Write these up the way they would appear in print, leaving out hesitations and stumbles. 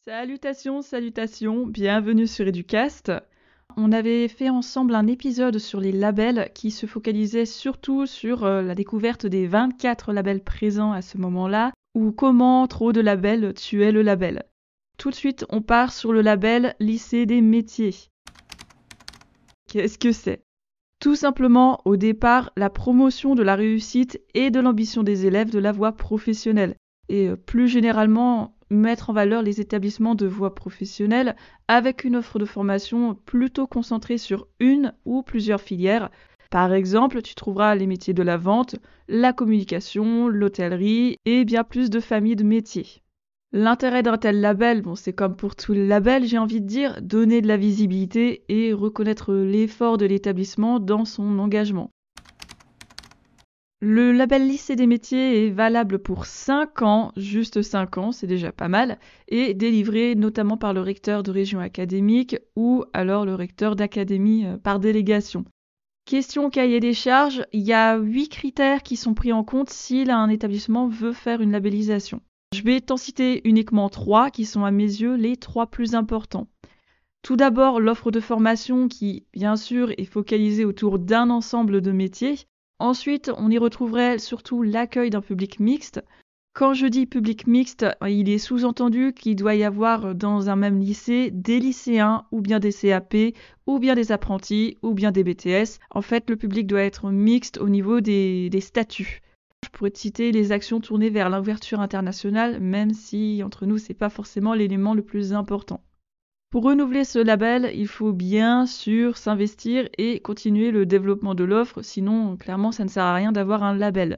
Salutations, salutations, bienvenue sur Educast. On avait fait ensemble un épisode sur les labels qui se focalisait surtout sur la découverte des 24 labels présents à ce moment-là, ou comment trop de labels tuaient le label. Tout de suite, on part sur le label lycée des métiers. Qu'est-ce que c'est ? Tout simplement, au départ, la promotion de la réussite et de l'ambition des élèves de la voie professionnelle. Et plus généralement, mettre en valeur les établissements de voie professionnelle avec une offre de formation plutôt concentrée sur une ou plusieurs filières. Par exemple, tu trouveras les métiers de la vente, la communication, l'hôtellerie et bien plus de familles de métiers. L'intérêt d'un tel label, c'est comme pour tous les labels, j'ai envie de dire, donner de la visibilité et reconnaître l'effort de l'établissement dans son engagement. Le label lycée des métiers est valable pour 5 ans, juste 5 ans, c'est déjà pas mal, et délivré notamment par le recteur de région académique ou alors le recteur d'académie par délégation. Question cahier des charges, il y a 8 critères qui sont pris en compte si un établissement veut faire une labellisation. Je vais t'en citer uniquement 3 qui sont à mes yeux les 3 plus importants. Tout d'abord, l'offre de formation qui, bien sûr, est focalisée autour d'un ensemble de métiers. Ensuite, on y retrouverait surtout l'accueil d'un public mixte. Quand je dis public mixte, il est sous-entendu qu'il doit y avoir dans un même lycée des lycéens ou bien des CAP ou bien des apprentis ou bien des BTS. En fait, le public doit être mixte au niveau des statuts. Je pourrais te citer les actions tournées vers l'ouverture internationale, même si entre nous, c'est pas forcément l'élément le plus important. Pour renouveler ce label, il faut bien sûr s'investir et continuer le développement de l'offre, sinon clairement ça ne sert à rien d'avoir un label.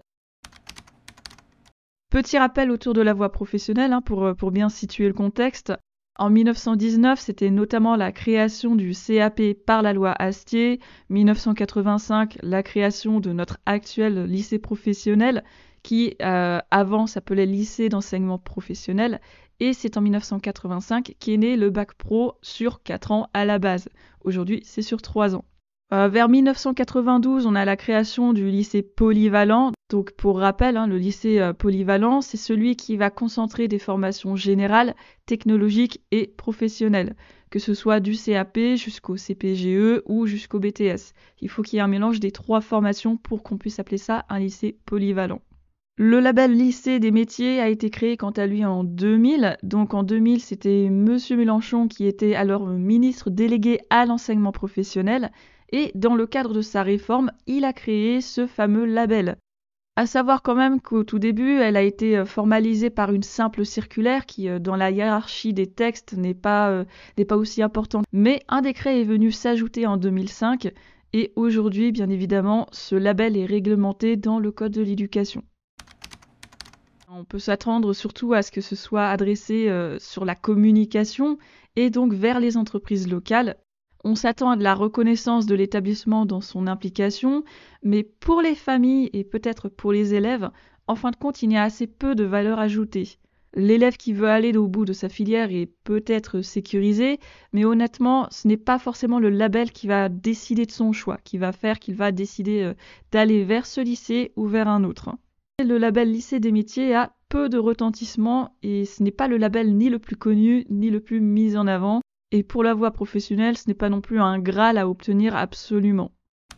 Petit rappel autour de la voie professionnelle pour bien situer le contexte. En 1919, c'était notamment la création du CAP par la loi Astier, 1985, la création de notre actuel lycée professionnel qui avant s'appelait lycée d'enseignement professionnel, et c'est en 1985 qu'est né le bac pro sur 4 ans à la base. Aujourd'hui, c'est sur 3 ans. Vers 1992, on a la création du lycée polyvalent. Donc pour rappel, le lycée polyvalent, c'est celui qui va concentrer des formations générales, technologiques et professionnelles, que ce soit du CAP jusqu'au CPGE ou jusqu'au BTS. Il faut qu'il y ait un mélange des 3 formations pour qu'on puisse appeler ça un lycée polyvalent. Le label lycée des métiers a été créé quant à lui en 2000. Donc en 2000, c'était Monsieur Mélenchon qui était alors ministre délégué à l'enseignement professionnel. Et dans le cadre de sa réforme, il a créé ce fameux label. À savoir quand même qu'au tout début, elle a été formalisée par une simple circulaire qui, dans la hiérarchie des textes, n'est pas aussi importante. Mais un décret est venu s'ajouter en 2005 et aujourd'hui, bien évidemment, ce label est réglementé dans le Code de l'éducation. On peut s'attendre surtout à ce que ce soit adressé sur la communication et donc vers les entreprises locales. On s'attend à de la reconnaissance de l'établissement dans son implication, mais pour les familles et peut-être pour les élèves, en fin de compte, il y a assez peu de valeur ajoutée. L'élève qui veut aller au bout de sa filière est peut-être sécurisé, mais honnêtement, ce n'est pas forcément le label qui va décider de son choix, qui va faire qu'il va décider d'aller vers ce lycée ou vers un autre. Le label lycée des métiers a peu de retentissement et ce n'est pas le label ni le plus connu ni le plus mis en avant. Et pour la voie professionnelle, ce n'est pas non plus un Graal à obtenir absolument.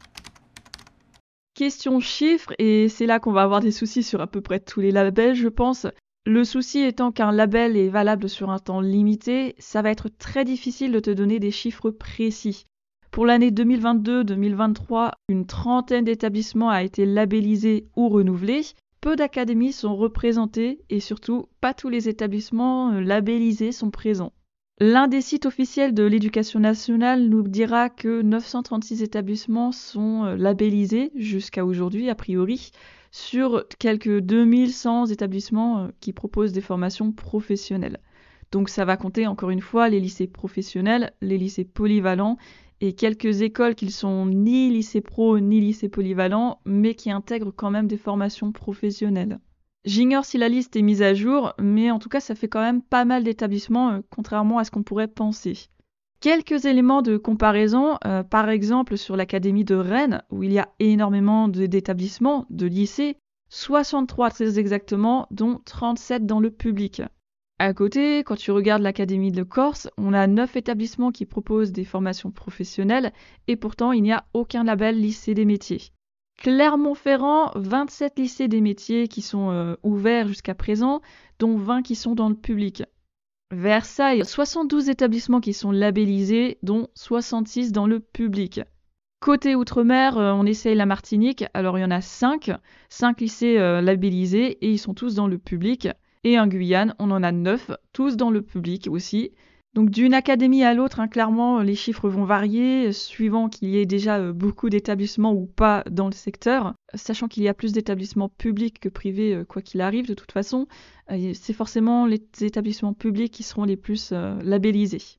Question chiffres, et c'est là qu'on va avoir des soucis sur à peu près tous les labels, je pense. Le souci étant qu'un label est valable sur un temps limité, ça va être très difficile de te donner des chiffres précis. Pour l'année 2022-2023, une trentaine d'établissements a été labellisés ou renouvelés. Peu d'académies sont représentées et surtout, pas tous les établissements labellisés sont présents. L'un des sites officiels de l'Éducation nationale nous dira que 936 établissements sont labellisés jusqu'à aujourd'hui, a priori, sur quelques 2100 établissements qui proposent des formations professionnelles. Donc ça va compter encore une fois les lycées professionnels, les lycées polyvalents et quelques écoles qui ne sont ni lycée pro ni lycée polyvalent, mais qui intègrent quand même des formations professionnelles. J'ignore si la liste est mise à jour, mais en tout cas ça fait quand même pas mal d'établissements, contrairement à ce qu'on pourrait penser. Quelques éléments de comparaison, par exemple sur l'Académie de Rennes, où il y a énormément d'établissements, de lycées, 63 très exactement, dont 37 dans le public. À côté, quand tu regardes l'Académie de Corse, on a 9 établissements qui proposent des formations professionnelles et pourtant il n'y a aucun label lycée des métiers. Clermont-Ferrand, 27 lycées des métiers qui sont ouverts jusqu'à présent, dont 20 qui sont dans le public. Versailles, 72 établissements qui sont labellisés, dont 66 dans le public. Côté Outre-mer, on essaye la Martinique, alors il y en a 5 lycées labellisés et ils sont tous dans le public. Et en Guyane, on en a 9, tous dans le public aussi. Donc d'une académie à l'autre, clairement, les chiffres vont varier, suivant qu'il y ait déjà beaucoup d'établissements ou pas dans le secteur. Sachant qu'il y a plus d'établissements publics que privés, quoi qu'il arrive, de toute façon, c'est forcément les établissements publics qui seront les plus labellisés.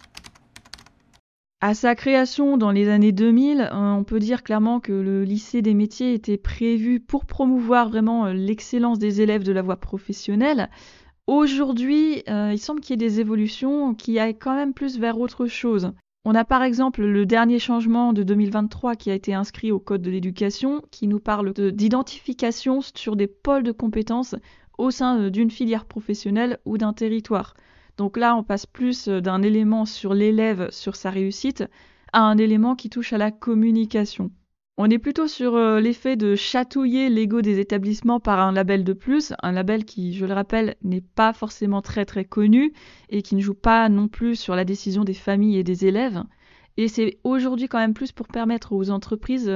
À sa création dans les années 2000, on peut dire clairement que le lycée des métiers était prévu pour promouvoir vraiment l'excellence des élèves de la voie professionnelle. Aujourd'hui, il semble qu'il y ait des évolutions qui aillent quand même plus vers autre chose. On a par exemple le dernier changement de 2023 qui a été inscrit au Code de l'éducation, qui nous parle d'identification sur des pôles de compétences au sein d'une filière professionnelle ou d'un territoire. Donc là, on passe plus d'un élément sur l'élève, sur sa réussite, à un élément qui touche à la communication. On est plutôt sur l'effet de chatouiller l'ego des établissements par un label de plus, un label qui, je le rappelle, n'est pas forcément très très connu et qui ne joue pas non plus sur la décision des familles et des élèves. Et c'est aujourd'hui quand même plus pour permettre aux entreprises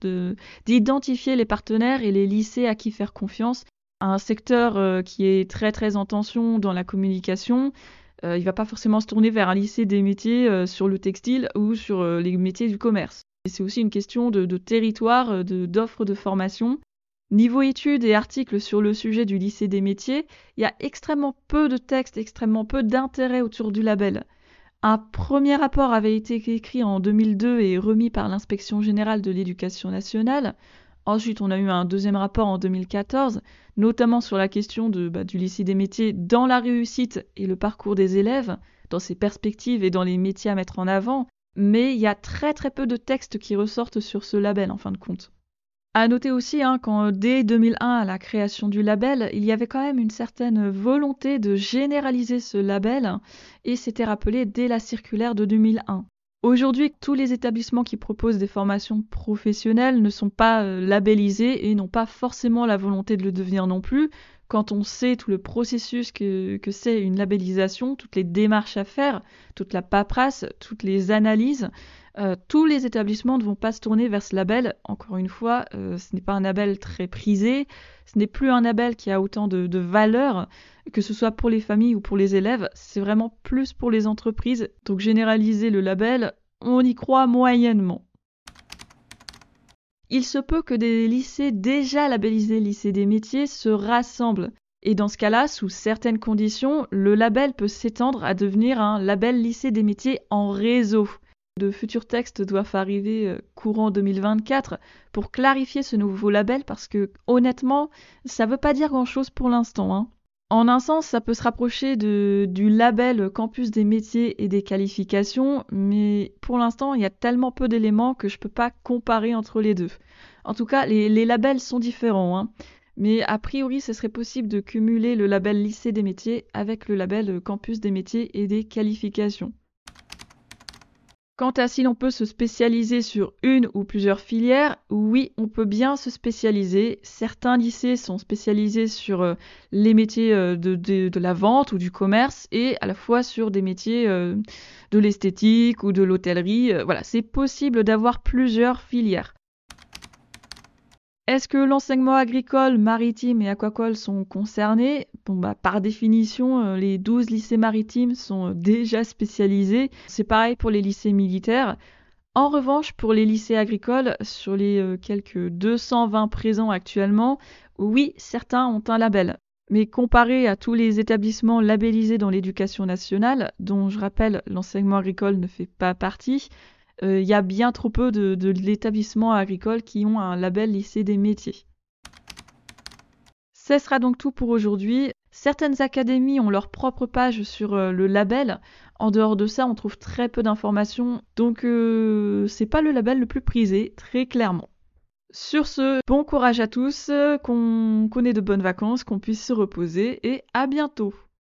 d'identifier les partenaires et les lycées à qui faire confiance. Un secteur qui est très très en tension dans la communication, il va pas forcément se tourner vers un lycée des métiers sur le textile ou sur les métiers du commerce. Et c'est aussi une question de territoire, d'offres de formation. Niveau études et articles sur le sujet du lycée des métiers, il y a extrêmement peu de textes, extrêmement peu d'intérêt autour du label. Un premier rapport avait été écrit en 2002 et remis par l'Inspection générale de l'éducation nationale. Ensuite, on a eu un deuxième rapport en 2014, notamment sur la question du lycée des métiers dans la réussite et le parcours des élèves, dans ses perspectives et dans les métiers à mettre en avant. Mais il y a très très peu de textes qui ressortent sur ce label en fin de compte. À noter aussi qu'en dès 2001, à la création du label, il y avait quand même une certaine volonté de généraliser ce label et c'était rappelé dès la circulaire de 2001. Aujourd'hui, tous les établissements qui proposent des formations professionnelles ne sont pas labellisés et n'ont pas forcément la volonté de le devenir non plus. Quand on sait tout le processus que c'est une labellisation, toutes les démarches à faire, toute la paperasse, toutes les analyses, tous les établissements ne vont pas se tourner vers ce label. Encore une fois, ce n'est pas un label très prisé, ce n'est plus un label qui a autant de valeur, que ce soit pour les familles ou pour les élèves, c'est vraiment plus pour les entreprises. Donc généraliser le label, on y croit moyennement. Il se peut que des lycées déjà labellisés lycées des métiers se rassemblent. Et dans ce cas-là, sous certaines conditions, le label peut s'étendre à devenir un label lycée des métiers en réseau. De futurs textes doivent arriver courant 2024 pour clarifier ce nouveau label parce que honnêtement, ça veut pas dire grand-chose pour l'instant. En un sens, ça peut se rapprocher du label Campus des métiers et des qualifications, mais pour l'instant, il y a tellement peu d'éléments que je peux pas comparer entre les deux. En tout cas, les labels sont différents, mais a priori, ce serait possible de cumuler le label lycée des métiers avec le label Campus des métiers et des qualifications. Quant à si l'on peut se spécialiser sur une ou plusieurs filières, oui, on peut bien se spécialiser. Certains lycées sont spécialisés sur les métiers de la vente ou du commerce et à la fois sur des métiers de l'esthétique ou de l'hôtellerie. Voilà, c'est possible d'avoir plusieurs filières. Est-ce que l'enseignement agricole, maritime et aquacole sont concernés? Par définition, les 12 lycées maritimes sont déjà spécialisés. C'est pareil pour les lycées militaires. En revanche, pour les lycées agricoles, sur les quelques 220 présents actuellement, oui, certains ont un label. Mais comparé à tous les établissements labellisés dans l'éducation nationale, dont je rappelle l'enseignement agricole ne fait pas partie, il y a bien trop peu de l'établissement agricole qui ont un label lycée des métiers. Ce sera donc tout pour aujourd'hui. Certaines académies ont leur propre page sur le label. En dehors de ça, on trouve très peu d'informations. Donc, c'est pas le label le plus prisé, très clairement. Sur ce, bon courage à tous, qu'on ait de bonnes vacances, qu'on puisse se reposer et à bientôt.